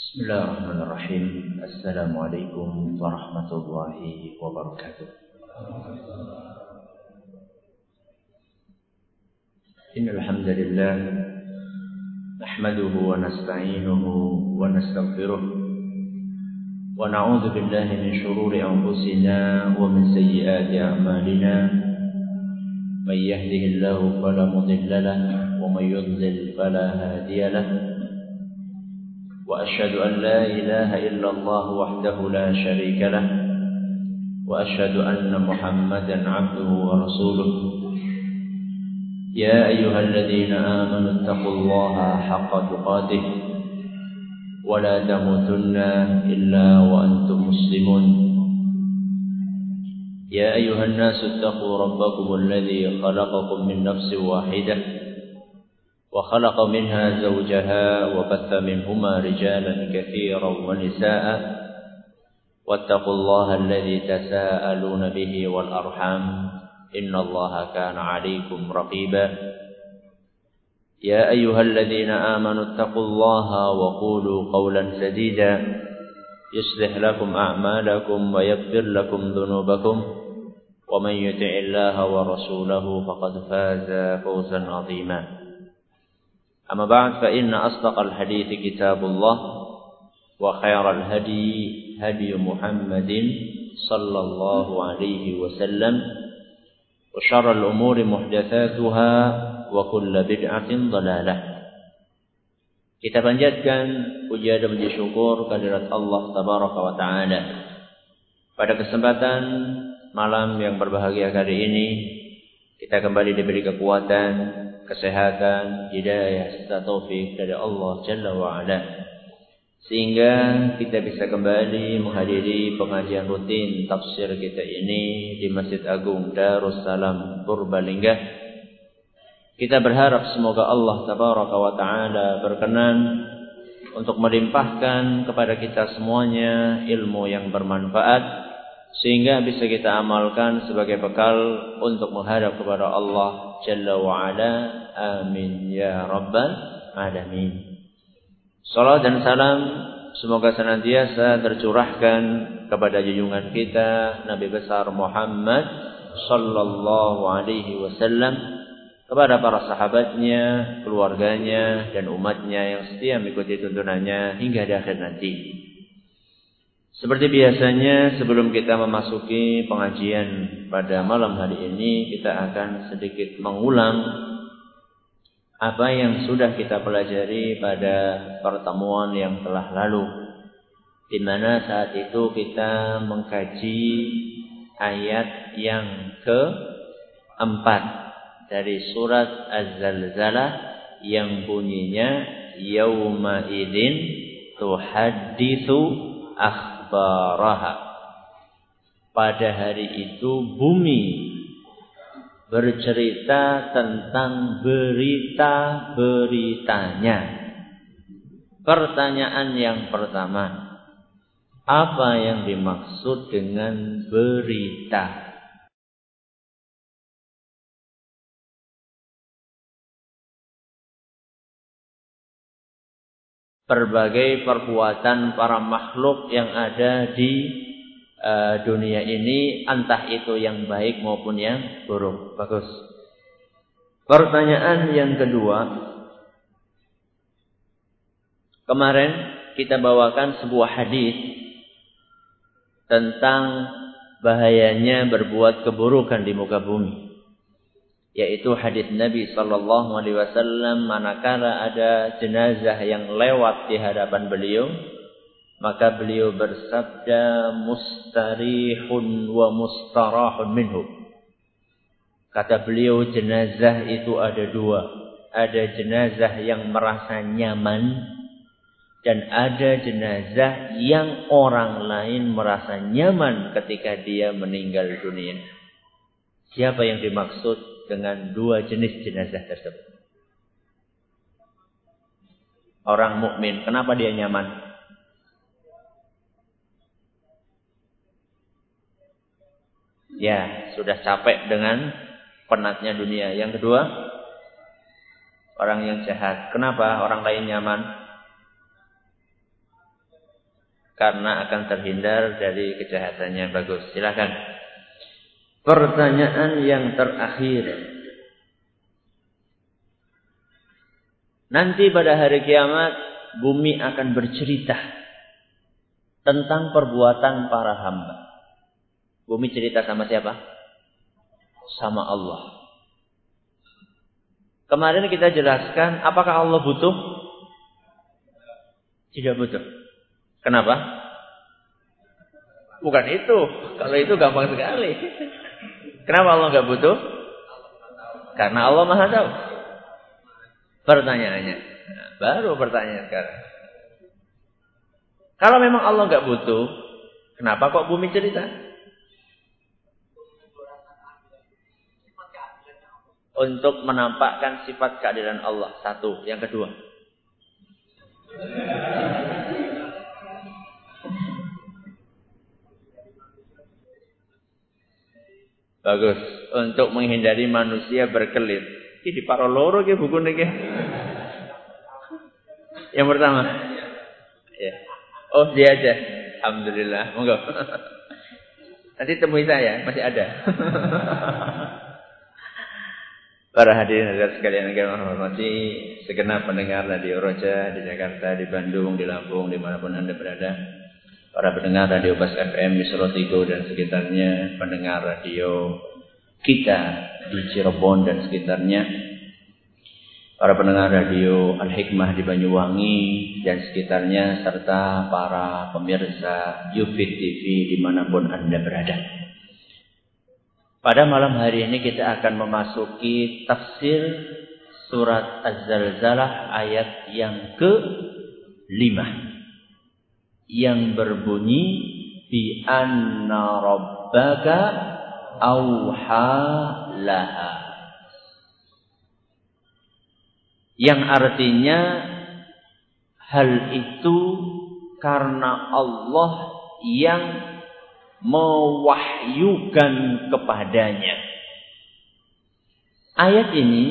Bismillahirrahmanirrahim. Assalamualaikum warahmatullahi wabarakatuh. Innal hamdalillah nahmaduhu wa nasta'inuhu wa nastaghfiruh wa na'udzu billahi min shururi anfusina wa min sayyiati a'malina. May yahdihillahu fala mudilla lahu wa may yudlil fala hadiya lahu. وأشهد أن لا إله إلا الله وحده لا شريك له وأشهد أن محمدا عبده ورسوله يا أيها الذين آمنوا اتقوا الله حق تقاته ولا تموتن إلا وأنتم مسلمون يا أيها الناس اتقوا ربكم الذي خلقكم من نفس واحدة وخلق منها زوجها وبث منهما رجالا كثيرا ونساء واتقوا الله الذي تساءلون به والأرحام إن الله كان عليكم رقيبا يا أيها الذين آمنوا اتقوا الله وقولوا قولا سديدا يصلح لكم أعمالكم ويغفر لكم ذنوبكم ومن يطع الله ورسوله فقد فاز فوزا عظيما أما بعد فإن أصدق الحديث كتاب الله وخير الهدي هدي محمد صلى الله عليه وسلم وشر الأمور محدثاتها وكل بدعة ضلالة. Kita panjatkan puja dan puji syukur kehadirat Allah Tabaraka wa Ta'ala. Pada kesempatan malam yang berbahagia kali ini, kita kembali diberi kekuatan, kesehatan, hidayah, serta taufik dari Allah Jalla wa'ala, sehingga kita bisa kembali menghadiri pengajian rutin tafsir kita ini di Masjid Agung Darussalam Purbalingga. Kita berharap semoga Allah Tabaraka wa Ta'ala berkenan untuk melimpahkan kepada kita semuanya ilmu yang bermanfaat, sehingga bisa kita amalkan sebagai bekal untuk menghadap kepada Allah Jalla wa'ala. Amin ya rabbal alamin. Salam dan salam semoga senantiasa tercurahkan kepada junjungan kita Nabi besar Muhammad sallallahu alaihi wasallam, kepada para sahabatnya, keluarganya dan umatnya yang setia mengikuti tuntunannya hingga di akhir nanti. Seperti biasanya, sebelum kita memasuki pengajian pada malam hari ini, kita akan sedikit mengulang apa yang sudah kita pelajari pada pertemuan yang telah lalu, di mana saat itu kita mengkaji ayat yang keempat dari surat Az-Zalzalah yang bunyinya yauma idzin tuhadditsu akhbaraha. Pada hari itu bumi bercerita tentang berita-beritanya. Pertanyaan yang pertama, apa yang dimaksud dengan berita? Berbagai perbuatan para makhluk yang ada di dunia ini, entah itu yang baik maupun yang buruk. Bagus. Pertanyaan yang kedua, kemarin kita bawakan sebuah hadis tentang bahayanya berbuat keburukan di muka bumi, yaitu hadis Nabi sallallahu alaihi wasallam, manakala ada jenazah yang lewat di hadapan beliau, maka beliau bersabda mustarihun wa mustarahun minhu. Kata beliau, jenazah itu ada dua. Ada jenazah yang merasa nyaman, dan ada jenazah yang orang lain merasa nyaman ketika dia meninggal dunia. Siapa yang dimaksud dengan dua jenis jenazah tersebut? Orang mukmin, kenapa dia nyaman? Ya, sudah capek dengan penatnya dunia. Yang kedua, orang yang jahat. Kenapa orang lain nyaman? karena akan terhindar dari kejahatannya. Bagus, silakan. Pertanyaan yang terakhir. Nanti pada hari kiamat bumi akan bercerita tentang perbuatan para hamba. Bumi cerita sama siapa? Sama Allah. Kemarin kita jelaskan apakah Allah butuh? Tidak butuh. Kenapa? Bukan itu. Kalau itu gampang sekali. Kenapa Allah nggak butuh? Karena Allah Maha Tahu. Pertanyaannya. Nah, baru pertanyaan sekarang. Kalau memang Allah nggak butuh, kenapa kok bumi cerita? Untuk menampakkan sifat keadilan Allah. Satu. Yang kedua. Bagus. Untuk menghindari manusia berkelit. Ini di paroloro ke buku ini. Yang pertama. Ya. Oh, dia aja. Alhamdulillah. Monggo. Nanti temui saya, masih ada. Para hadirin sekalian yang kami hormati, segenap pendengar Radio Roja di Jakarta, di Bandung, di Lampung, dimanapun Anda berada. Para pendengar Radio Bas FM di Solotigo dan sekitarnya, pendengar radio kita di Cirebon dan sekitarnya, para pendengar radio Al-Hikmah di Banyuwangi dan sekitarnya, serta para pemirsa Yufid TV dimanapun Anda berada. Pada malam hari ini kita akan memasuki tafsir surat Az-Zalzalah ayat yang ke-5 yang berbunyi bi anna rabbaka auha laha, yang artinya hal itu karena Allah yang mewahyukan kepadanya. Ayat ini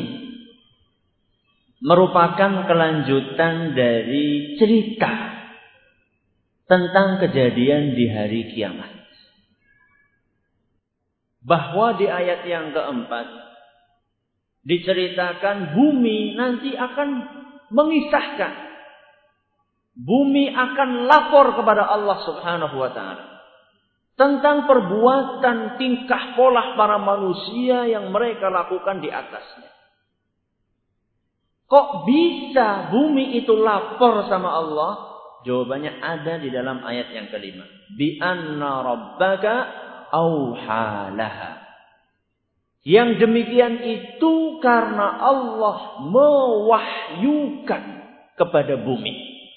merupakan kelanjutan dari cerita tentang kejadian di hari kiamat. Bahwa di ayat yang keempat diceritakan bumi nanti akan mengisahkan. Bumi akan lapor kepada Allah Subhanahu wa ta'ala tentang perbuatan tingkah pola para manusia yang mereka lakukan di atasnya. Kok bisa bumi itu lapor sama Allah? Jawabannya ada di dalam ayat yang kelima. Bi anna rabbaka auha laha. Yang demikian itu karena Allah mewahyukan kepada bumi.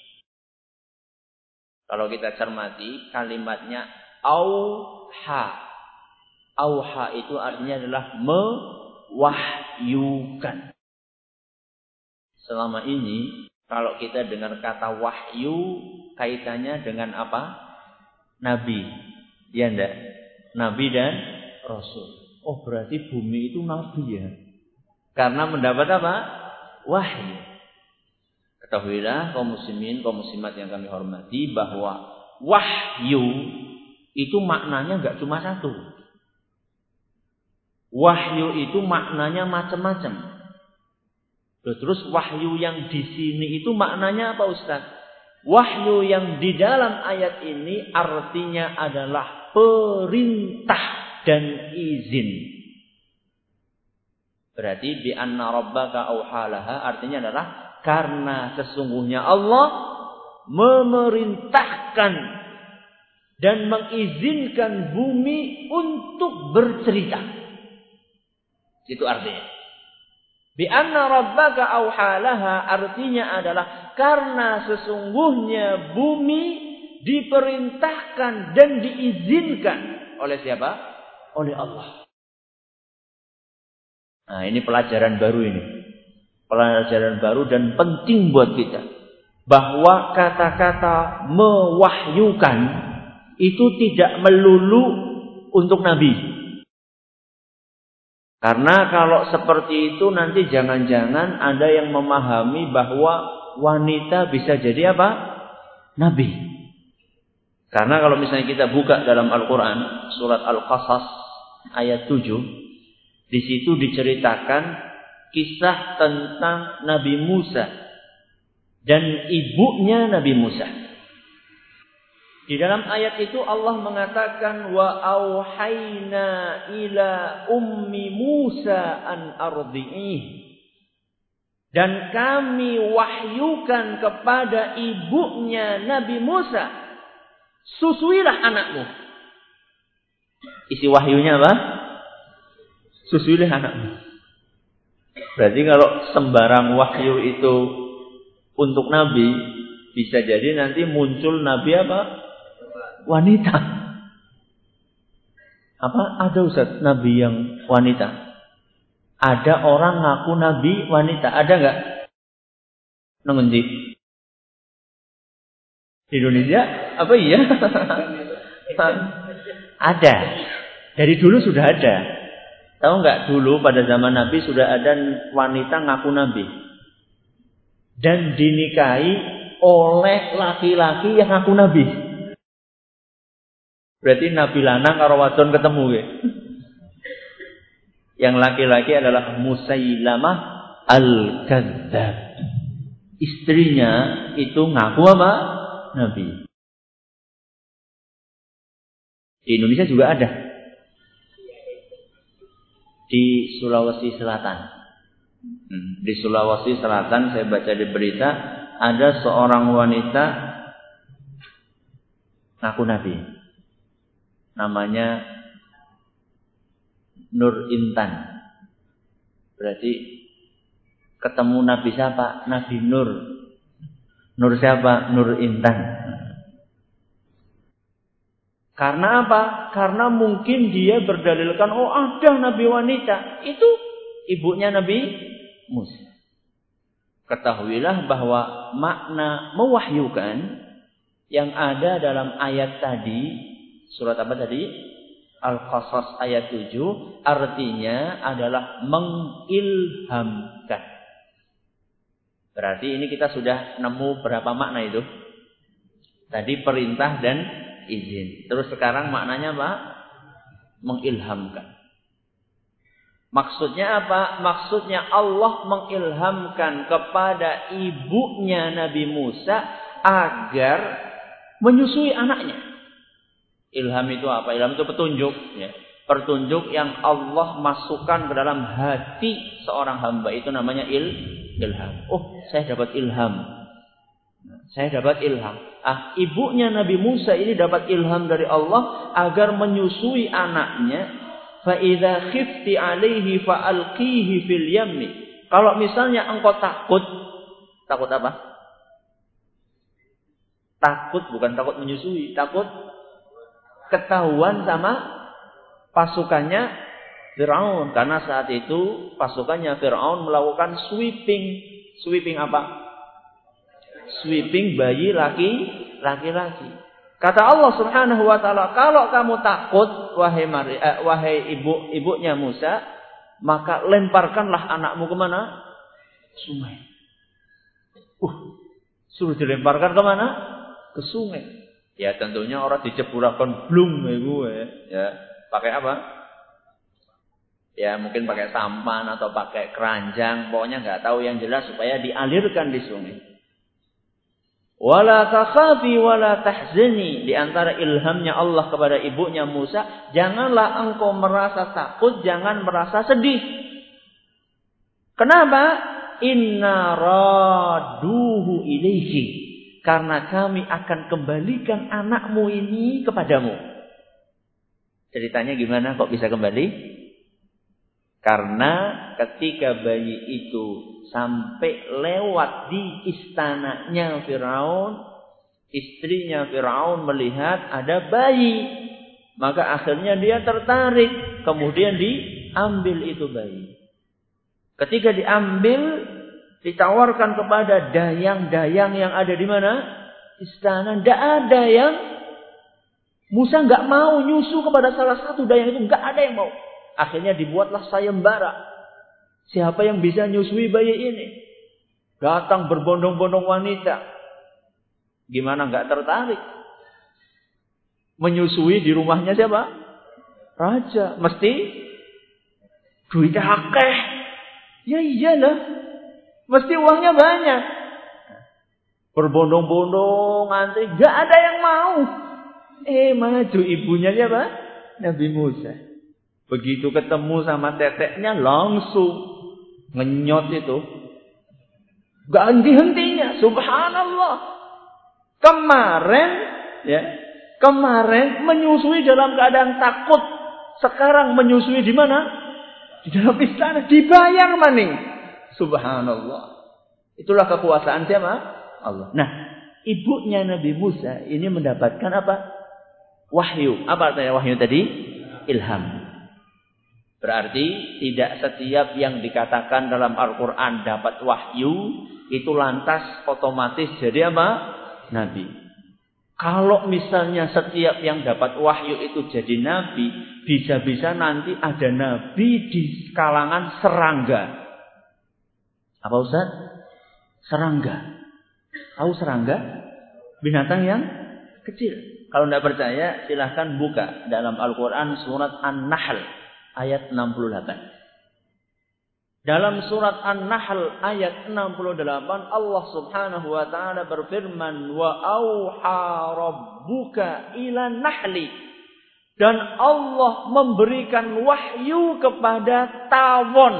Kalau kita cermati kalimatnya auha. Auha itu artinya adalah mewahyukan. Selama ini kalau kita dengar kata wahyu kaitannya dengan apa? Nabi. Ya enggak? Nabi dan Rasul. Oh, berarti bumi itu nabi ya. Karena mendapat apa? Wahyu. Ketahuilah kaum muslimin, kaum muslimat yang kami hormati bahwa wahyu itu maknanya enggak cuma satu. Wahyu itu maknanya macam-macam. Terus wahyu yang di sini itu maknanya apa, Ustaz? Wahyu yang di dalam ayat ini artinya adalah perintah dan izin. Berarti bi anna rabbaka auhalaha artinya adalah karena sesungguhnya Allah memerintahkan dan mengizinkan bumi untuk bercerita. Itu artinya. Bi anna rabbaka auhalaha artinya adalah karena sesungguhnya bumi diperintahkan dan diizinkan oleh siapa? Oleh Allah. Nah, ini pelajaran baru ini. Pelajaran baru dan penting buat kita. Bahwa kata-kata mewahyukan itu tidak melulu untuk Nabi. Karena kalau seperti itu nanti jangan-jangan ada yang memahami bahwa wanita bisa jadi apa? Nabi. Karena kalau misalnya kita buka dalam Al-Quran, surat Al-Qasas ayat 7, di situ diceritakan kisah tentang Nabi Musa dan ibunya Nabi Musa. Di dalam ayat itu Allah mengatakan wa auhayna ila ummi Musa an ardi'ih. Dan kami wahyukan kepada ibunya Nabi Musa, susuilah anakmu. Isi wahyunya apa? Susuilah anakmu. Berarti kalau sembarang wahyu itu untuk Nabi, bisa jadi nanti muncul Nabi apa? Wanita. Apa? Ada Ustaz Nabi yang wanita? Ada orang ngaku Nabi wanita. Ada nggak? Ngendi? Di Indonesia? Apa iya? Ada. Dari dulu sudah ada. Tahu nggak dulu pada zaman Nabi sudah ada wanita ngaku Nabi. Dan dinikahi oleh laki-laki yang ngaku Nabi. Berarti Nabi lanang karo wadon ketemu ya. Yang laki-laki adalah Musailamah Al-Kadzdzab. Istrinya itu ngaku apa? Nabi. Di Indonesia juga ada. Di Sulawesi Selatan. Di Sulawesi Selatan saya baca di berita ada seorang wanita ngaku Nabi. Namanya Nur Intan. Berarti ketemu Nabi siapa? Nabi Nur. Nur siapa? Nur Intan. Karena apa? Karena mungkin dia berdalilkan, oh ada Nabi wanita. Itu ibunya Nabi Musa. Ketahuilah bahwa makna mewahyukan yang ada dalam ayat tadi, surat apa tadi? Al-Qasas ayat 7 artinya adalah mengilhamkan. Berarti ini kita sudah nemu berapa makna itu? Tadi perintah dan izin. Terus sekarang maknanya apa? Mengilhamkan. Maksudnya apa? Maksudnya Allah mengilhamkan kepada ibunya Nabi Musa agar menyusui anaknya. Ilham itu apa? Ilham itu petunjuk. Ya. Petunjuk yang Allah masukkan ke dalam hati seorang hamba. Itu namanya ilham. Oh, saya dapat ilham. Saya dapat ilham. Ibunya Nabi Musa ini dapat ilham dari Allah agar menyusui anaknya. فَإِذَا خِفْتِ عَلَيْهِ فَأَلْقِيهِ فِي الْيَمِّ. Kalau misalnya engkau takut apa? Takut bukan takut menyusui, takut ketahuan sama pasukannya Fir'aun. Karena saat itu pasukannya Fir'aun melakukan sweeping. Sweeping apa? Sweeping bayi laki-laki. Kata Allah Subhanahu wa taala, kalau kamu takut wahai ibunya Musa, maka lemparkanlah anakmu ke mana? Sungai. Suruh dilemparkan ke mana? Ke sungai. Ya tentunya orang dicepurakan blung ya. Pakai apa? Ya mungkin pakai sampan atau pakai keranjang, pokoknya enggak tahu yang jelas supaya dialirkan di sungai. Wala takhafi wala tahzani, di antara ilhamnya Allah kepada ibunya Musa, janganlah engkau merasa takut, jangan merasa sedih. Kenapa? Inna raduhu ilaihi. Karena kami akan kembalikan anakmu ini kepadamu. Ceritanya gimana kok bisa kembali? Karena ketika bayi itu sampai lewat di istananya Firaun, istrinya Firaun melihat ada bayi. Maka akhirnya dia tertarik. Kemudian diambil itu bayi. Ketika diambil, ditawarkan kepada dayang-dayang yang ada di mana? Istana. Tidak ada yang Musa nggak mau nyusu kepada salah satu dayang itu, nggak ada yang mau. Akhirnya dibuatlah sayembara. Siapa yang bisa nyusui bayi ini? Datang berbondong-bondong wanita. Gimana nggak tertarik? Menyusui di rumahnya siapa? Raja. Mesti duitnya akeh. Ya iyalah. Mesti uangnya banyak. Berbondong-bondong antri, gak ada yang mau. Maju ibunya siapa? Nabi Musa. Begitu ketemu sama teteknya langsung ngenyot itu. Gak henti-hentinya. Subhanallah. Kemarin menyusui dalam keadaan takut. Sekarang menyusui di mana? Di dalam istana. Dibayar maning. Subhanallah. Itulah kekuasaan siapa? Allah. Nah, ibunya Nabi Musa ini mendapatkan apa? Wahyu. Apa artinya wahyu tadi? Ilham. Berarti tidak setiap yang dikatakan dalam Al-Quran dapat wahyu itu lantas otomatis jadi apa? Nabi. Kalau misalnya setiap yang dapat wahyu itu jadi nabi, bisa-bisa nanti ada nabi di kalangan serangga. Apa Ustaz? Serangga. Tahu serangga? Binatang yang kecil. Kalau tidak percaya silahkan buka dalam Al-Quran surat An-Nahl ayat 68. Dalam surat An-Nahl ayat 68 Allah Subhanahu wa taala berfirman wa auha rabbuka ila nahli, dan Allah memberikan wahyu kepada tawon.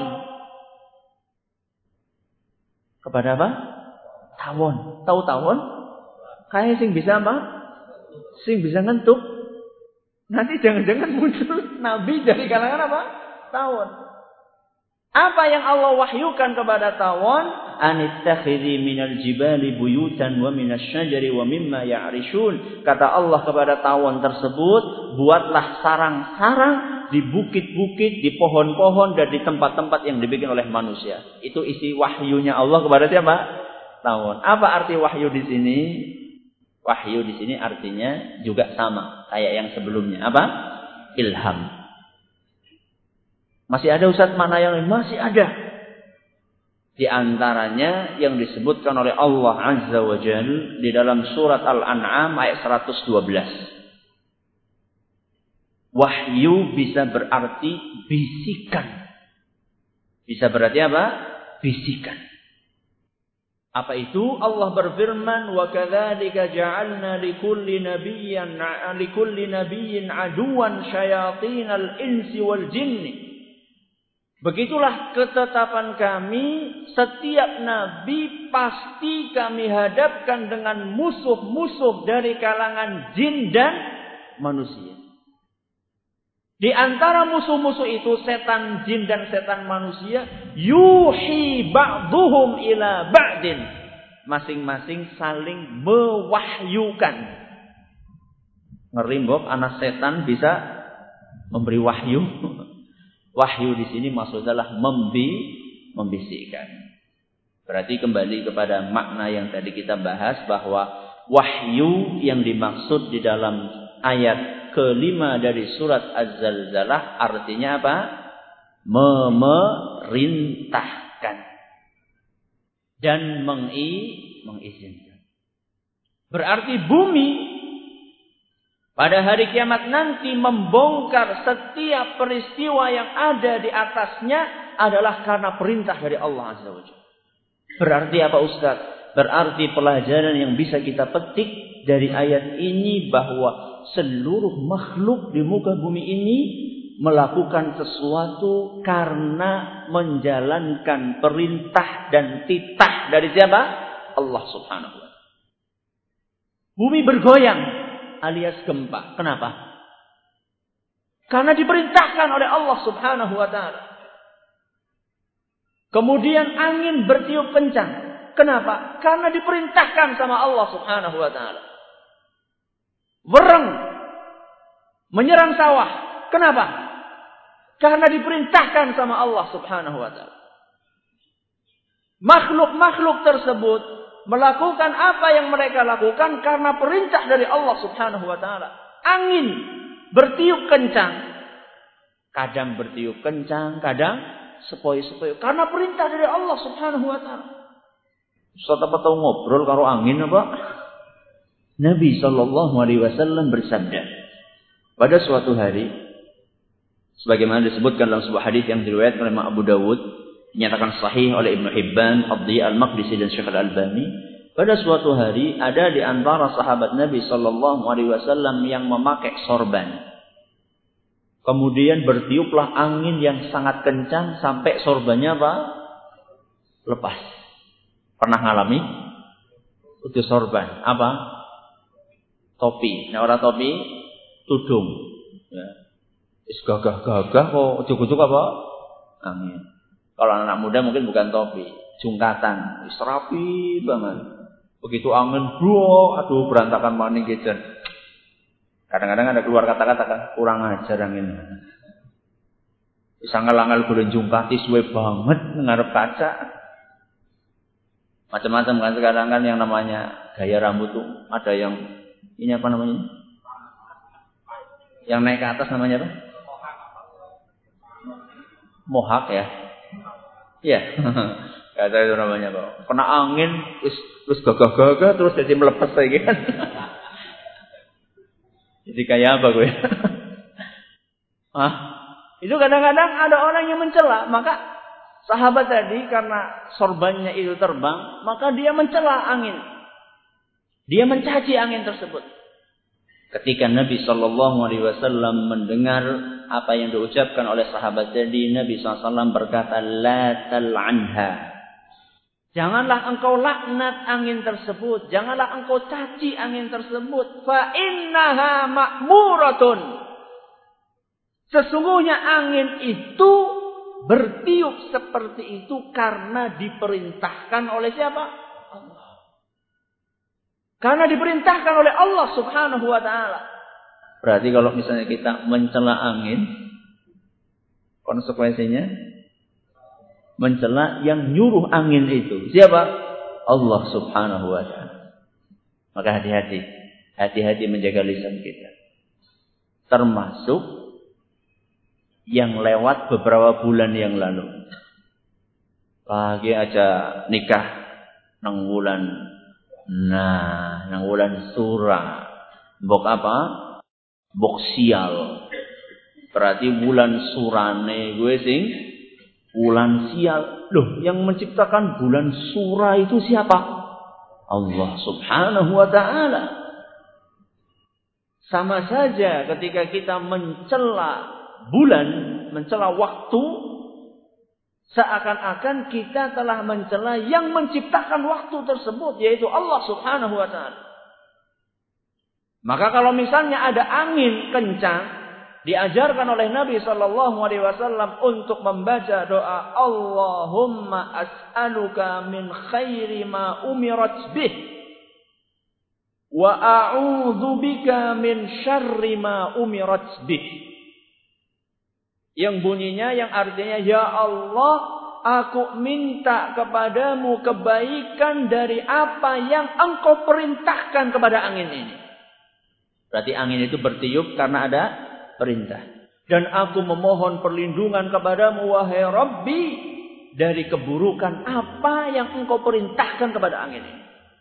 Kepada apa? Tawon. Tahu tawon? Kayak sing bisa apa? Sing bisa ngentuk. Nanti jangan-jangan muncul nabi dari kalangan apa? Tawon. Apa yang Allah wahyukan kepada tawon? Anittakhidhi minal jibali buyutan wa minasy syajari wa mimma ya'rishun. Kata Allah kepada tawon tersebut, buatlah sarang-sarang di bukit-bukit, di pohon-pohon, dan di tempat-tempat yang dibikin oleh manusia. Itu isi wahyunya Allah kepada siapa? Tawon. Apa arti wahyu di sini? Wahyu di sini artinya juga sama kayak yang sebelumnya. Apa? Ilham. Masih ada Ustaz mana yang lain? Masih ada. Di antaranya yang disebutkan oleh Allah Azza wa Jalla di dalam surat Al-An'am ayat 112. Wahyu bisa berarti bisikan. Bisa berarti apa? Bisikan. Apa itu? Allah berfirman, "Wa kadzalika ja'alna likulli nabiyyin aduwan syayatinal insi wal jinni." Begitulah ketetapan kami, setiap nabi pasti kami hadapkan dengan musuh-musuh dari kalangan jin dan manusia. Di antara musuh-musuh itu setan jin dan setan manusia, yuhi ba'duhum ila ba'din. Masing-masing saling mewahyukan. Ngeri mbok, anak setan bisa memberi wahyu. Wahyu di sini maksudnya adalah membisikkan. Berarti kembali kepada makna yang tadi kita bahas bahwa wahyu yang dimaksud di dalam ayat kelima dari surat Az-Zalzalah artinya apa? Memerintahkan dan mengizinkan. Berarti bumi pada hari kiamat nanti membongkar setiap peristiwa yang ada di atasnya adalah karena perintah dari Allah Azza wa Jalla. Berarti apa Ustaz? Berarti pelajaran yang bisa kita petik dari ayat ini bahwa seluruh makhluk di muka bumi ini melakukan sesuatu karena menjalankan perintah dan titah dari siapa? Allah Subhanahu wa taala. Bumi bergoyang alias gempa. Kenapa? Karena diperintahkan oleh Allah Subhanahu wa taala. Kemudian angin bertiup kencang. Kenapa? Karena diperintahkan sama Allah Subhanahu wa taala. Wereng menyerang sawah. Kenapa? Karena diperintahkan sama Allah Subhanahu wa taala. Makhluk-makhluk tersebut melakukan apa yang mereka lakukan karena perintah dari Allah Subhanahu wa taala. Angin bertiup kencang. Kadang bertiup kencang, kadang sepoi-sepoi karena perintah dari Allah Subhanahu wa taala. Ustaz apa tahu ngobrol karo angin apa? Nabi sallallahu alaihi wasallam bersabda, pada suatu hari, sebagaimana disebutkan dalam sebuah hadis yang diriwayatkan oleh Imam Abu Dawud, dinyatakan sahih oleh Ibnu Hibban, Abdi Al-Maqdisi dan Syekh Al-Albani, pada suatu hari ada di antara sahabat Nabi sallallahu alaihi wasallam yang memakai sorban. Kemudian bertiuplah angin yang sangat kencang sampai sorbannya apa? Lepas. Pernah ngalami? Itu sorban. Apa? Topi. Nah, orang topi, tudung. Ya. Is gagah-gagah kok ujuk-ujuk apa? Angin. Kalau anak muda mungkin bukan topi, jungkatan. Is rapi banget. Begitu angin, aduh berantakan maning gitu. Kadang-kadang ada keluar kata-kata kan, kurang ajar angin. Bisa ngelangal golek jungkati suwe banget ngarep kaca. Macam-macam kan sekarang kan yang namanya gaya rambut tuh ada yang ini apa namanya? Yang naik ke atas namanya apa? Mohak ya. Iya. Kata itu namanya kok. Kena angin terus gagah-gagah terus jadi melepas lagi kan. Jadi kayak apa gue? Itu kadang-kadang ada orang yang mencela. Maka sahabat tadi karena sorbannya itu terbang, maka dia mencela angin. Dia mencaci angin tersebut. Ketika Nabi SAW mendengar apa yang diucapkan oleh sahabat tadi, Nabi SAW berkata, La tal'anha. Janganlah engkau laknat angin tersebut. Janganlah engkau caci angin tersebut. Fa innaha ma'muratun. Sesungguhnya angin itu bertiup seperti itu karena diperintahkan oleh siapa? Allah. Karena diperintahkan oleh Allah Subhanahu wa ta'ala. Berarti kalau misalnya kita mencela angin, konsekuensinya mencela yang nyuruh angin itu. Siapa? Allah Subhanahu wa ta'ala. Maka hati-hati. Hati-hati menjaga lisan kita. Termasuk yang lewat beberapa bulan yang lalu. Lagi aja nikah nang wulan. Nah, nang wulan Sura. Mbok apa? Mbok sial. Berarti bulan Surane gue sing bulan sial. Loh, yang menciptakan bulan Sura itu siapa? Allah Subhanahu wa ta'ala. Sama saja ketika kita mencela bulan, mencela waktu, seakan-akan kita telah mencela yang menciptakan waktu tersebut, yaitu Allah Subhanahu wa ta'ala. Maka kalau misalnya ada angin kencang, diajarkan oleh Nabi SAW untuk membaca doa Allahumma as'aluka min khairi ma umirat bih wa a'udzu bika min syarri ma umirat bih. Yang bunyinya, yang artinya, ya Allah, aku minta kepadamu kebaikan dari apa yang engkau perintahkan kepada angin ini. Berarti angin itu bertiup karena ada perintah. Dan aku memohon perlindungan kepadamu wahai Rabbi dari keburukan apa yang engkau perintahkan kepada angin ini.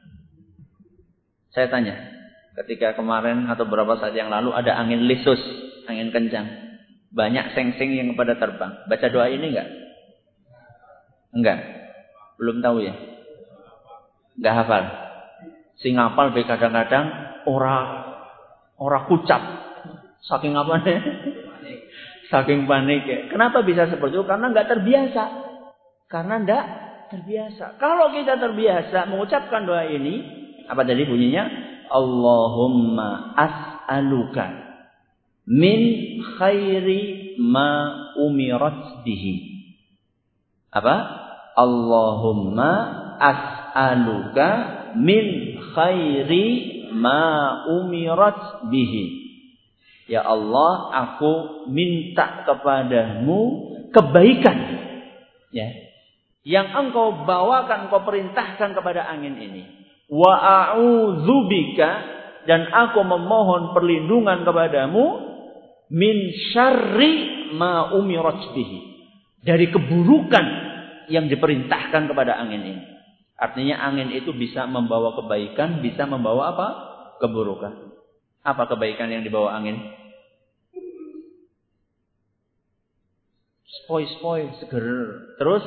Saya tanya, ketika kemarin atau beberapa saat yang lalu ada angin lisus, angin kencang, banyak seng-seng yang pada terbang. Baca doa ini enggak? Enggak. Belum tahu ya? Enggak hafal. Sing hafal be kadang-kadang ora kucap. Saking apa nih? Saking panik ya. Kenapa bisa seperti itu? Karena enggak terbiasa. Karena enggak terbiasa. Kalau kita terbiasa mengucapkan doa ini, apa tadi bunyinya? Allahumma as'aluka min khairi ma umirat bihi. Apa? Allahumma as'aluka min khairi ma umirat bihi. Ya Allah, aku minta kepadamu kebaikan, ya, yang engkau bawakan, engkau perintahkan kepada angin ini. Wa a'udzubika, dan aku memohon perlindungan kepadamu min syarri ma umirat bihi, dari keburukan yang diperintahkan kepada angin ini. Artinya angin itu bisa membawa kebaikan, bisa membawa apa? Keburukan. Apa kebaikan yang dibawa angin? Spoi-spoi, seger. Terus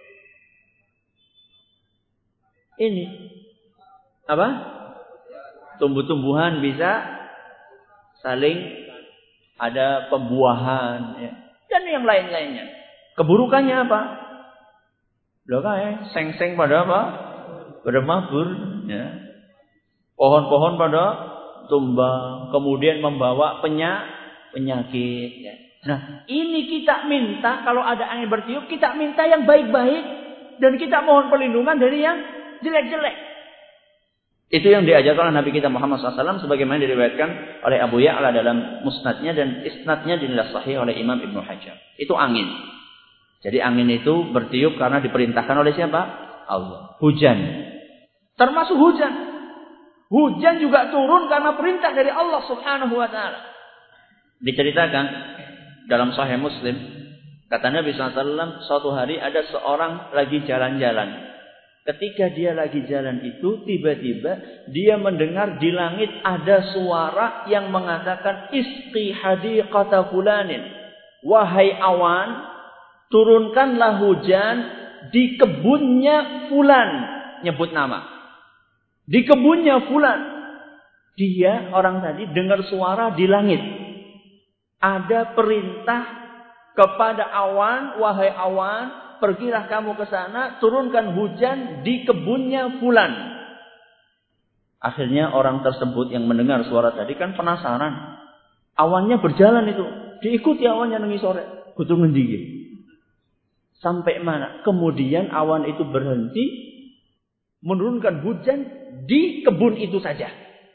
ini apa? Tumbuh-tumbuhan bisa saling ada pembuahan ya. Dan yang lain-lainnya. Keburukannya apa? Loh kayak seng-seng pada apa? Pada mabur ya. Pohon-pohon pada tumbang, kemudian membawa penyakit ya. Nah, ini kita minta kalau ada angin bertiup, kita minta yang baik-baik dan kita mohon perlindungan dari yang jelek-jelek. Itu yang diajarkan oleh Nabi kita Muhammad SAW sebagaimana diriwayatkan oleh Abu Ya'la dalam musnadnya dan isnadnya dinilai sahih oleh Imam Ibnu Hajar. Itu angin. Jadi angin itu bertiup karena diperintahkan oleh siapa? Allah. Hujan. Termasuk hujan. Hujan juga turun karena perintah dari Allah Subhanahu wa taala. Diceritakan dalam Sahih Muslim, kata Nabi SAW, suatu hari ada seorang lagi jalan-jalan. Ketika dia lagi jalan itu, tiba-tiba dia mendengar di langit ada suara yang mengatakan, Isqi hadiqata fulanin. Wahai awan, turunkanlah hujan di kebunnya fulan. Nyebut nama. Di kebunnya fulan. Dia, orang tadi, dengar suara di langit. Ada perintah kepada awan, wahai awan, pergilah kamu ke sana, turunkan hujan di kebunnya fulan. Akhirnya orang tersebut yang mendengar suara tadi kan penasaran. Awannya berjalan itu, diikuti awannya nengi sore, kudu ngendi. Sampai mana? Kemudian awan itu berhenti, menurunkan hujan di kebun itu saja.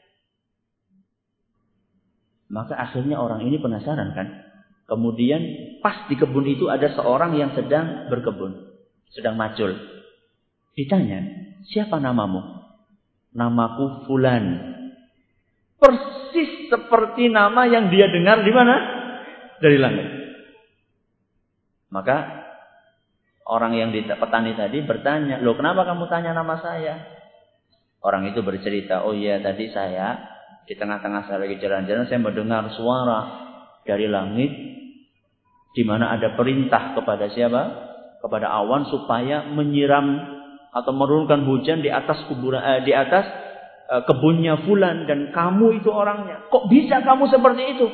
Maka akhirnya orang ini penasaran kan. Kemudian pas di kebun itu ada seorang yang sedang berkebun. Sedang macul. Ditanya, siapa namamu? Namaku Fulan. Persis seperti nama yang dia dengar di mana? Dari langit. Maka orang yang petani tadi bertanya, loh kenapa kamu tanya nama saya? Orang itu bercerita, oh iya tadi saya di tengah-tengah saya lagi jalan-jalan, saya mendengar suara dari langit di mana ada perintah kepada siapa? Kepada awan supaya menyiram atau menurunkan hujan di atas kebunnya fulan dan kamu itu orangnya. Kok bisa kamu seperti itu?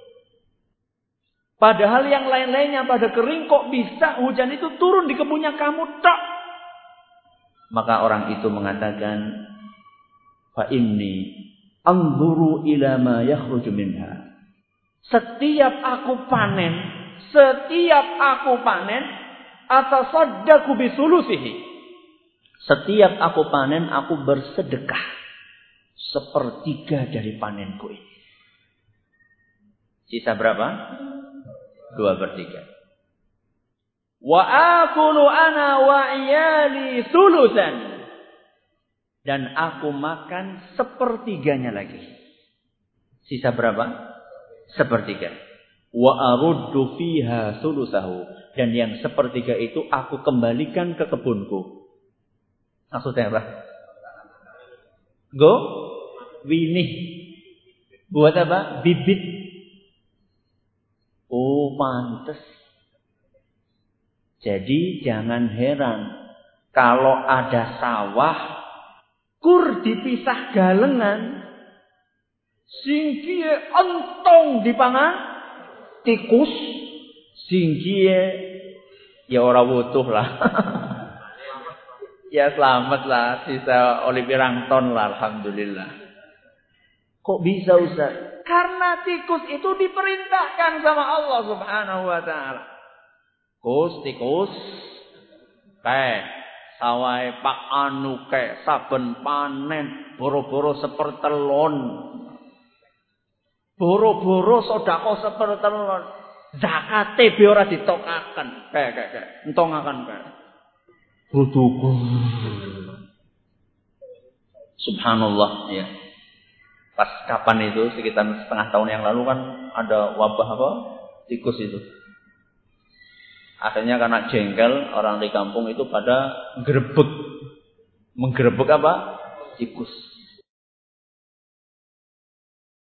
Padahal yang lain-lainnya pada kering, kok bisa hujan itu turun di kebunnya kamu tok? Maka orang itu mengatakan, fa inni anzuru ila ma yakhruju minha. Setiap aku panen, atasaddaqu bisulusihi. Setiap aku panen, aku bersedekah sepertiga dari panenku ini. Sisa berapa? 2/3. Wa akulu ana wa iyali sulusan. Dan aku makan sepertiganya lagi. Sisa berapa? Sepertiga. Wa aruddu fiha sulusahu. Dan yang sepertiga itu aku kembalikan ke kebunku. Maksudnya apa? Go winih. Buat apa? Bibit. Oh, pantes. Jadi jangan heran kalau ada sawah kur dipisah galengan, singkie entong dipangan tikus, singkie ya ora wutuh lah. Ya selamat lah, sisa oleh pirang ton lah, alhamdulillah. Kok bisa Ustaz? Karena tikus itu diperintahkan sama Allah Subhanahu wa taala. Tikus, sawai pak anu saben panen boro-boro sepertelon. Boro-boro sedekah sepertelon. Zakate be ora ditokaken. Entongaken kae. Butuku. Subhanallah ya. Pas kapan itu sekitar setengah tahun yang lalu kan ada wabah apa? Tikus itu. Akhirnya karena jengkel orang di kampung itu pada menggerebek apa? Tikus.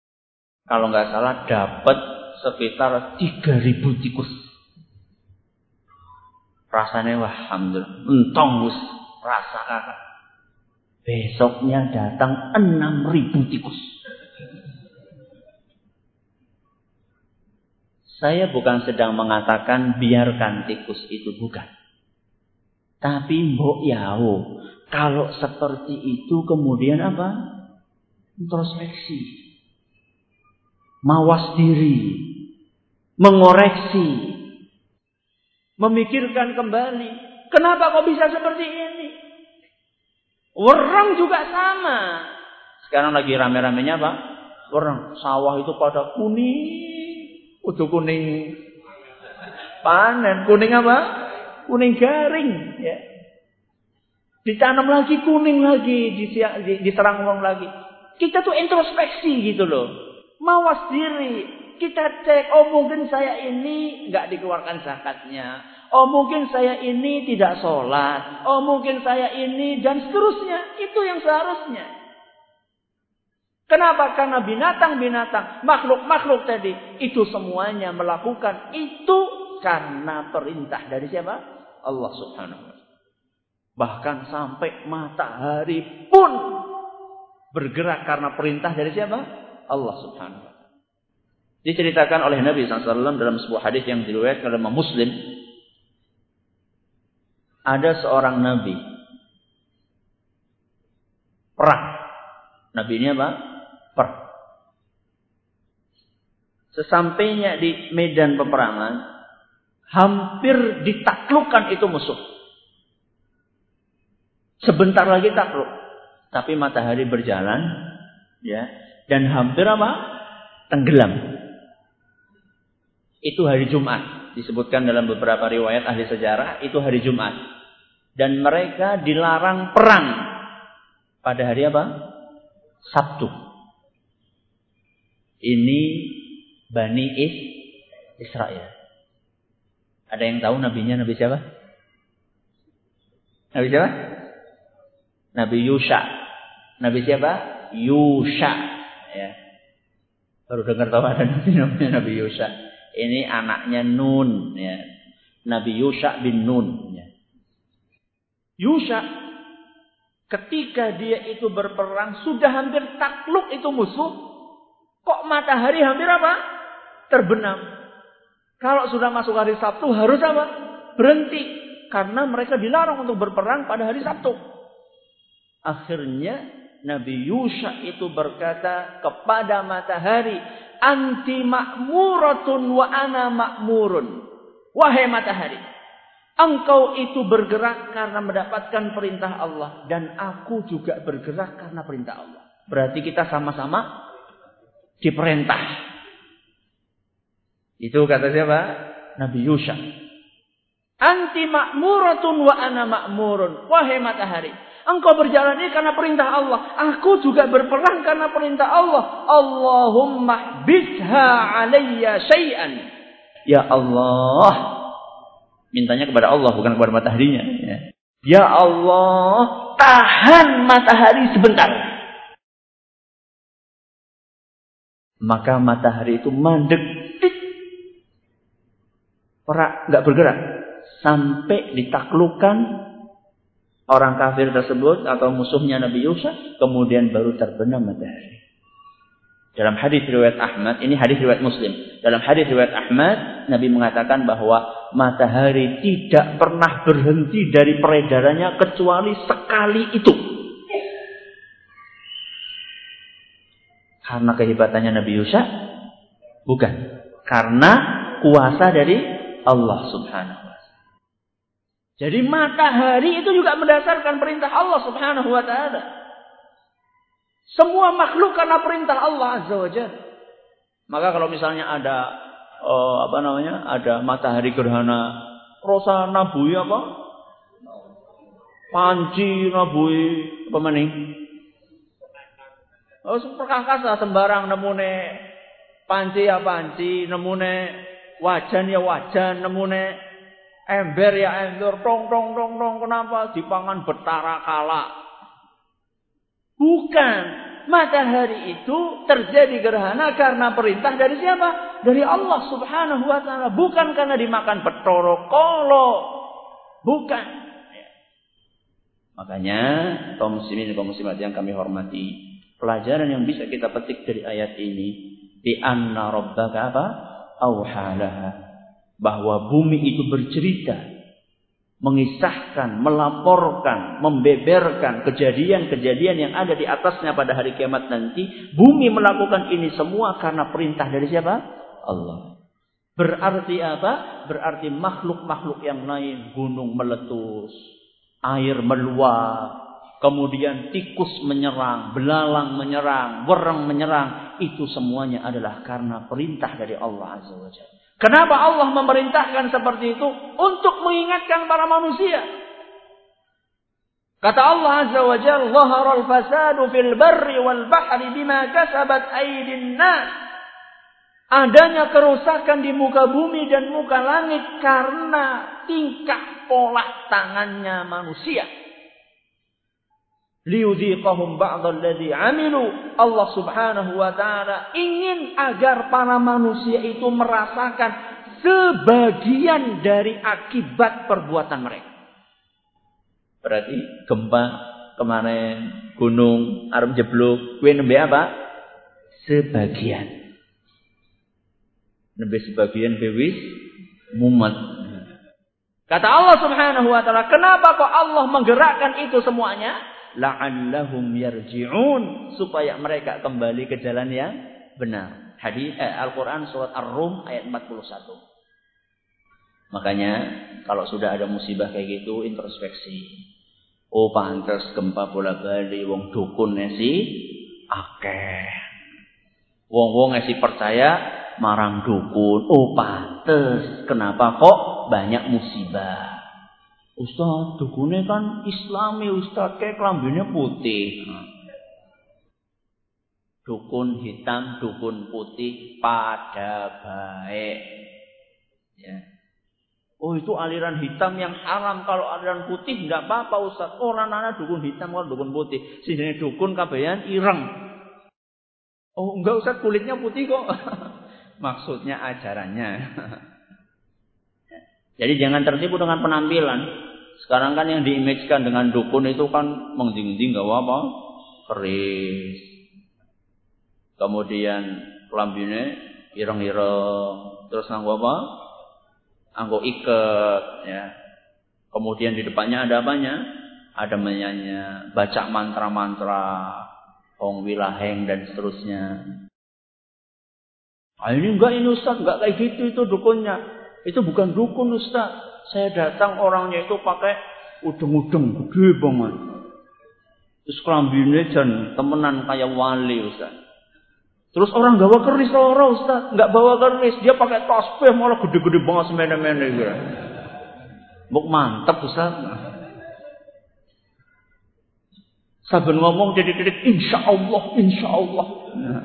Kalau nggak salah dapat sekitar 3.000 tikus. Rasanya wah alhamdulillah, entong wis rasa kakak. Besoknya datang 6.000 tikus. Saya bukan sedang mengatakan biarkan tikus itu, bukan. Tapi mbok yao, kalau seperti itu kemudian apa? Introspeksi. Mawas diri. Mengoreksi. Memikirkan kembali. Kenapa kok bisa seperti ini? Wereng juga sama. Sekarang lagi rame-ramenya apa? Wereng. Sawah itu pada kuning. Udah kuning panen. Kuning apa? Kuning garing. Ya. Ditanam lagi kuning lagi. Diserang ulang lagi. Kita tuh introspeksi gitu loh. Mawas diri. Kita cek. Oh mungkin saya ini gak dikeluarkan zakatnya. Oh mungkin saya ini tidak sholat. Oh mungkin saya ini dan seterusnya. Itu yang seharusnya. Kenapa? Karena binatang-binatang, makhluk-makhluk tadi, itu semuanya melakukan itu karena perintah dari siapa? Allah Subhanahu wa ta'ala. Bahkan sampai matahari pun bergerak karena perintah dari siapa? Allah Subhanahu wa ta'ala. Diceritakan oleh Nabi SAW dalam sebuah hadis yang diriwayatkan oleh Muslim. Ada seorang Nabi. Perang. Nabi ini apa? Perang. Sesampainya di medan peperangan, hampir ditaklukkan itu musuh. Sebentar lagi takluk, tapi matahari berjalan, ya, dan hampir apa? Tenggelam. Itu hari Jumat, disebutkan dalam beberapa riwayat ahli sejarah, itu hari Jumat. Dan mereka dilarang perang pada hari apa? Sabtu. Ini Bani Israel. Ada yang tahu nabinya Nabi siapa? Nabi siapa? Nabi Yusha. Nabi siapa? Yusha. Ya. Baru dengar tahu ada nabi namanya Nabi Yusha. Ini anaknya Nun. Ya. Nabi Yusha bin Nun. Ya. Yusha ketika dia itu berperang sudah hampir takluk itu musuh. Kok matahari hampir apa? Terbenam. Kalau sudah masuk hari Sabtu harus apa? Berhenti. Karena mereka dilarang untuk berperang pada hari Sabtu. Akhirnya Nabi Yusha itu berkata kepada matahari, "Anti ma'muratun wa ana ma'murun." Wahai matahari, engkau itu bergerak karena mendapatkan perintah Allah. Dan aku juga bergerak karena perintah Allah. Berarti kita sama-sama diperintah. Itu kata siapa? Nabi Yusha. Anti ma'muratun wa ana ma'murun. Wahai matahari, engkau berjalan ini karena perintah Allah. Aku juga berperang karena perintah Allah. Allahumma bisha alayya syai'an. Ya Allah. Mintanya kepada Allah, bukan kepada mataharinya. Ya Allah, tahan matahari sebentar. Maka matahari itu mandek, nggak bergerak sampai ditaklukkan orang kafir tersebut atau musuhnya Nabi Yusuf, kemudian baru terbenam matahari. Dalam hadis riwayat Ahmad, ini hadis riwayat Muslim. Dalam hadis riwayat Ahmad, Nabi mengatakan bahwa matahari tidak pernah berhenti dari peredarannya kecuali sekali itu. Karena kehebatannya Nabi Yusuf? Bukan. Karena kuasa dari Allah Subhanahu wa ta'ala. Jadi matahari itu juga berdasarkan perintah Allah Subhanahu wa ta'ala. Semua makhluk karena perintah Allah Azza wa Jalla. Maka kalau misalnya ada ada matahari gerhana, rosa nabui apa? Panci nabui apa maning? Oh, perkasa sembarang nemune panci ya panci, nemune wajan ya wajan, nemune ember ya ember, tong. Kenapa dipangan betara kala? Bukan. Matahari itu terjadi gerhana karena perintah dari siapa? Dari Allah Subhanahu wa ta'ala. Bukan karena dimakan betoro kolo. Bukan. Ya. Makanya kaum muslimin dan kaum muslimat yang kami hormati, pelajaran yang bisa kita petik dari ayat ini, bi anna rabbaka apa? Auhalaha. Bahwa bumi itu bercerita, mengisahkan, melaporkan, membeberkan kejadian-kejadian yang ada di atasnya pada hari kiamat nanti. Bumi melakukan ini semua karena perintah dari siapa? Allah. Berarti apa? Berarti makhluk-makhluk yang lain, gunung meletus, air meluap, kemudian tikus menyerang, belalang menyerang, wereng menyerang, itu semuanya adalah karena perintah dari Allah Azza wa Jalla. Kenapa Allah memerintahkan seperti itu? Untuk mengingatkan para manusia. Kata Allah Azza wa Jalla, "Zaharal fasadu fil barri wal bahri bima kasabat aydin nas." Adanya kerusakan di muka bumi dan muka langit karena tingkah pola tangannya manusia. Liyudhiqahum ba'dalladzi 'amilu. Allah Subhanahu wa taala ingin agar para manusia itu merasakan sebagian dari akibat perbuatan mereka. Berarti gempa kemarin, gunung arep jeblok, kuwi nembe apa? Sebagian. Nembe sebagian bewis mumet. Kata Allah Subhanahu wa taala, kenapa kok Allah menggerakkan itu semuanya? La'allahum yarji'un, supaya mereka kembali ke jalan yang benar. Hadis Al-Qur'an surat Ar-Rum ayat 41. Makanya kalau sudah ada musibah kayak gitu, introspeksi. Oh, pantes gempa bola-bali wong dukun ngesi akeh. Wong-wong ngesi percaya marang dukun. Oh, pantes kenapa kok banyak musibah. Ustaz, dukunnya kan Islami, Ustaz, kayak kelambine putih. Dukun hitam, dukun putih pada baik. Ya. Oh, itu aliran hitam yang haram. Kalau aliran putih enggak apa-apa, Ustaz. Orang ana dukun hitam kalau dukun putih. Sini dukun kabehan ireng. Oh, enggak, Ustaz, kulitnya putih kok. Maksudnya ajarannya. Jadi jangan tertipu dengan penampilan. Sekarang kan yang diimage-kan dengan dukun itu kan mengding-ding enggak apa-apa, keris. Kemudian lambine ireng-ireng, terus nganggo apa? Nganggo iket, ya. Kemudian di depannya ada apanya? Ada menyanyi, baca mantra-mantra, Ong Wilaheng dan seterusnya. Ah, ini enggak, ini Ustaz, enggak kayak gitu itu dukunnya. Itu bukan dukun, Ustaz. Saya datang orangnya itu pakai udeng-udeng gede banget. Terus kelambine jan temenan kayak wali, Ustaz. Terus orang bawa keris ora, Ustaz. Enggak bawa keris, dia pakai tasbih malah gede-gede banget semene-mene gitu. Mbok mantep, Ustaz. Saben ngomong titik-titik insyaallah, insyaallah. Nah.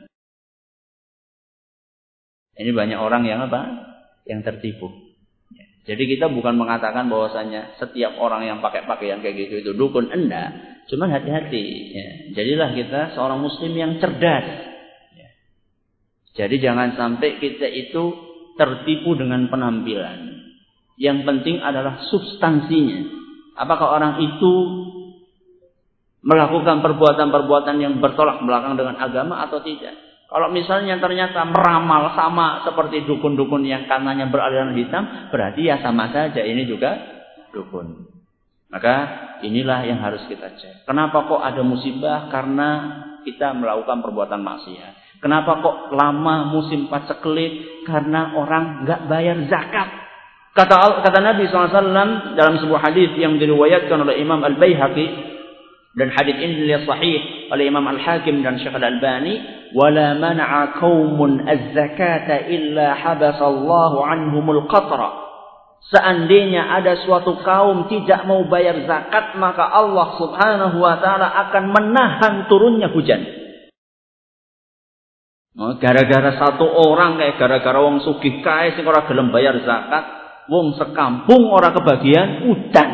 Ini banyak orang yang apa? Yang tertipu. Jadi kita bukan mengatakan bahwasanya setiap orang yang pakai pakaian kayak gitu itu dukun, enggak. Cuman hati-hati. Ya. Jadilah kita seorang muslim yang cerdas. Ya. Jadi jangan sampai kita itu tertipu dengan penampilan. Yang penting adalah substansinya. Apakah orang itu melakukan perbuatan-perbuatan yang bertolak belakang dengan agama atau tidak? Kalau misalnya ternyata meramal sama seperti dukun-dukun yang kanannya beraliran hitam, berarti ya sama saja, ini juga dukun. Maka inilah yang harus kita cek. Kenapa kok ada musibah? Karena kita melakukan perbuatan maksiat. Kenapa kok lama musim paceklik? Karena orang nggak bayar zakat. Kata Nabi SAW dalam sebuah hadis yang diriwayatkan oleh Imam Al-Baihaqi, dan hadis ini dilihat sahih oleh Imam Al-Hakim dan Syekh Al-Albani, wala mana'a qaumun az-zakata illa habasallahu anhumul qatra. Seandainya ada suatu kaum tidak mau bayar zakat, maka Allah Subhanahu wa taala akan menahan turunnya hujan. Gara-gara satu orang, kayak gara-gara wong sugih kae sing ora gelem bayar zakat, wong sekampung ora kebagian udan.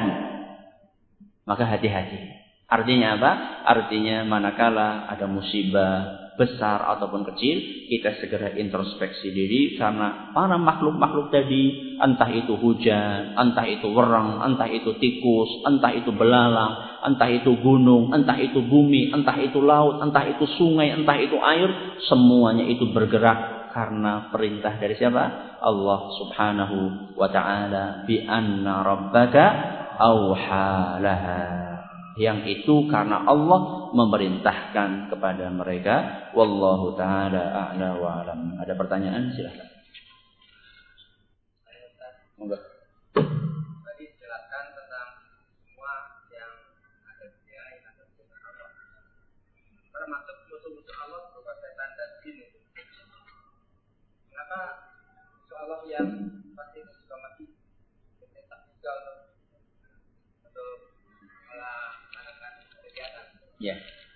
Maka hati-hati. Artinya apa? Artinya manakala ada musibah, besar ataupun kecil, kita segera introspeksi diri, karena para makhluk-makhluk tadi, entah itu hujan, entah itu wereng, entah itu tikus, entah itu belalang, entah itu gunung, entah itu bumi, entah itu laut, entah itu sungai, entah itu air, semuanya itu bergerak karena perintah dari siapa? Allah Subhanahu wa ta'ala, bi anna rabbaka auha laha. Yang itu karena Allah memerintahkan kepada mereka. Wallahu ta'ala a'la wa alam. Ada pertanyaan? Silahkan. Monggo. Tadi jelaskan tentang semua yang ada di dunia atau di Allah. Termasuk musuh-musuh Allah berupa setan dan jin. Kenapa musuh Allah yang pasti suka mati? Tak tinggal untuk melakukan kegiatan. Ya.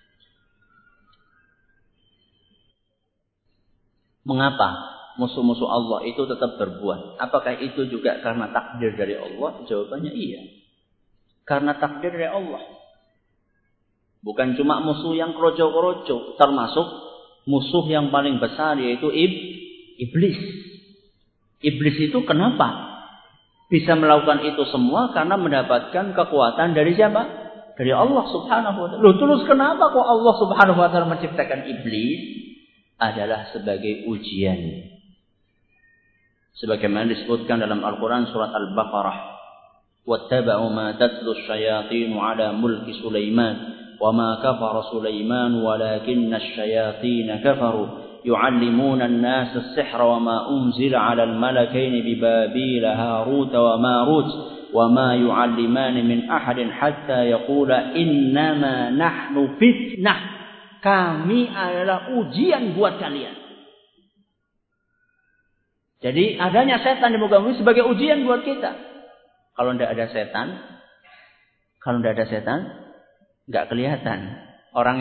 Mengapa musuh-musuh Allah itu tetap berbuat? Apakah itu juga karena takdir dari Allah? Jawabannya iya. Karena takdir dari Allah. Bukan cuma musuh yang kroco-kroco, termasuk musuh yang paling besar yaitu iblis. Iblis itu kenapa bisa melakukan itu semua? Karena mendapatkan kekuatan dari siapa? Dari Allah Subhanahu wa ta'ala. Loh, terus kenapa kok Allah Subhanahu wa ta'ala menciptakan iblis? Adalah sebagai ujian. Sebagaimana disebutkan dalam Al-Quran surat Al-Baqarah, وَاتَّبَعُوا مَا تَتْلُو الشَّيَاطِينُ عَلَى مُلْكِ سُلَيْمَانَ وَمَا كَفَرَ سُلَيْمَانُ وَلَكِنَّ الشَّيَاطِينَ كَفَرُوا يُعَلِّمُونَ النَّاسَ السِّحْرَ وَمَا أُنْزِلَ عَلَى الْمَلَكَيْنِ بِبَابِيلَ هَارُوتَ وَمَارُوتَ وَمَا يُعَلِّمَانِ مِنْ أَحَدٍ حَتَّى يَقُولَا إِنَّمَا نَحْنُ فِتْنَةٌ. Kami adalah ujian buat kalian. Jadi adanya setan di muka bumi sebagai ujian buat kita. Kalau tidak ada setan, nggak kelihatan orang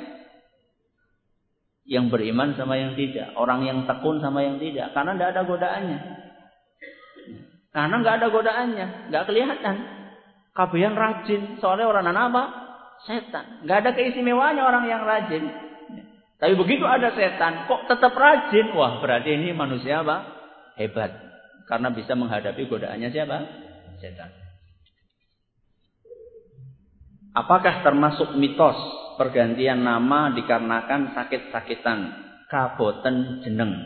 yang beriman sama yang tidak, orang yang tekun sama yang tidak, karena tidak ada godaannya. Karena nggak ada godaannya, nggak kelihatan. Kabehan rajin, soalnya orang apa? Setan. Nggak ada keistimewaannya orang yang rajin. Tapi begitu ada setan, kok tetap rajin? Wah, berarti ini manusia apa? Hebat. Karena bisa menghadapi godaannya siapa? Setan. Apakah termasuk mitos pergantian nama dikarenakan sakit-sakitan? Kaboten jeneng.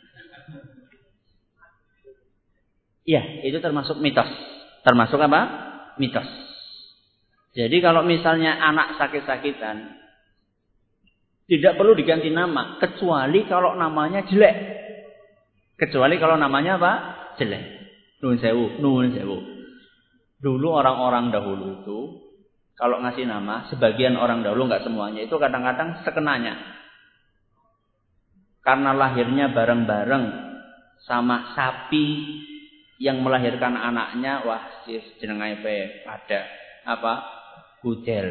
Iya, itu termasuk mitos. Termasuk apa? Mitos. Jadi kalau misalnya anak sakit-sakitan, tidak perlu diganti nama, kecuali kalau namanya jelek. Kecuali kalau namanya apa? Jelek. Nuhun sewu. Dulu orang-orang dahulu itu, kalau ngasih nama, sebagian orang dahulu, nggak semuanya, itu kadang-kadang sekenanya. Karena lahirnya bareng-bareng sama sapi yang melahirkan anaknya, wah, jenenge pada apa? Gudel.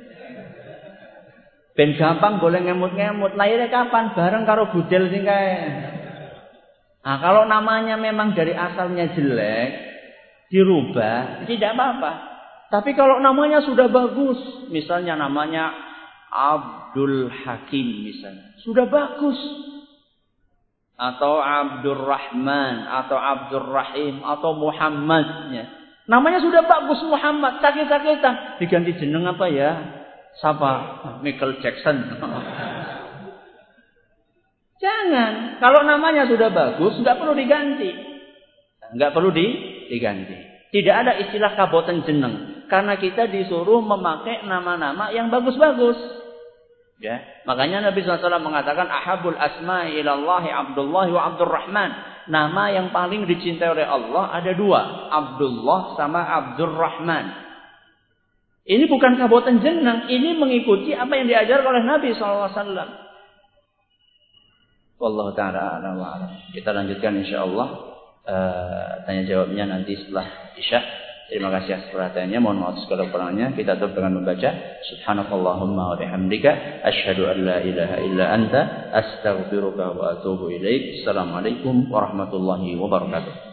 Ben gampang boleh ngemut-ngemut. Lahirnya kapan? Bareng karo gudel sing kae. Nah, kalau namanya memang dari asalnya jelek, dirubah, tidak apa-apa. Tapi kalau namanya sudah bagus, misalnya namanya Abdul Hakim misalnya, sudah bagus. Atau Abdurrahman, atau Abdurrahim, atau Muhammadnya. Namanya sudah bagus Muhammad, sakit-sakitan. Diganti jeneng apa ya? Siapa? Michael Jackson. Jangan. Kalau namanya sudah bagus, nggak perlu diganti. Nggak perlu diganti. Tidak ada istilah kaboten jeneng. Karena kita disuruh memakai nama-nama yang bagus-bagus. Ya, makanya Nabi SAW mengatakan ahabul asma'i ilallahi Abdullah wa Abdurrahman. Nama yang paling dicintai oleh Allah ada dua, Abdullah sama Abdurrahman. Ini bukan kaboten jeneng, ini mengikuti apa yang diajarkan oleh Nabi SAW. Wallahu ta'ala a'lam wa a'lam. Kita lanjutkan insyaallah tanya jawabnya nanti setelah Isya. Terima kasih atas perhatiannya. Mohon maaf segala kurangnya. Kita tutup dengan membaca Subhanakallahumma wa bihamdika asyhadu an la ilaha illa anta astaghfiruka wa atubu ilaik. Assalamualaikum warahmatullahi wabarakatuh.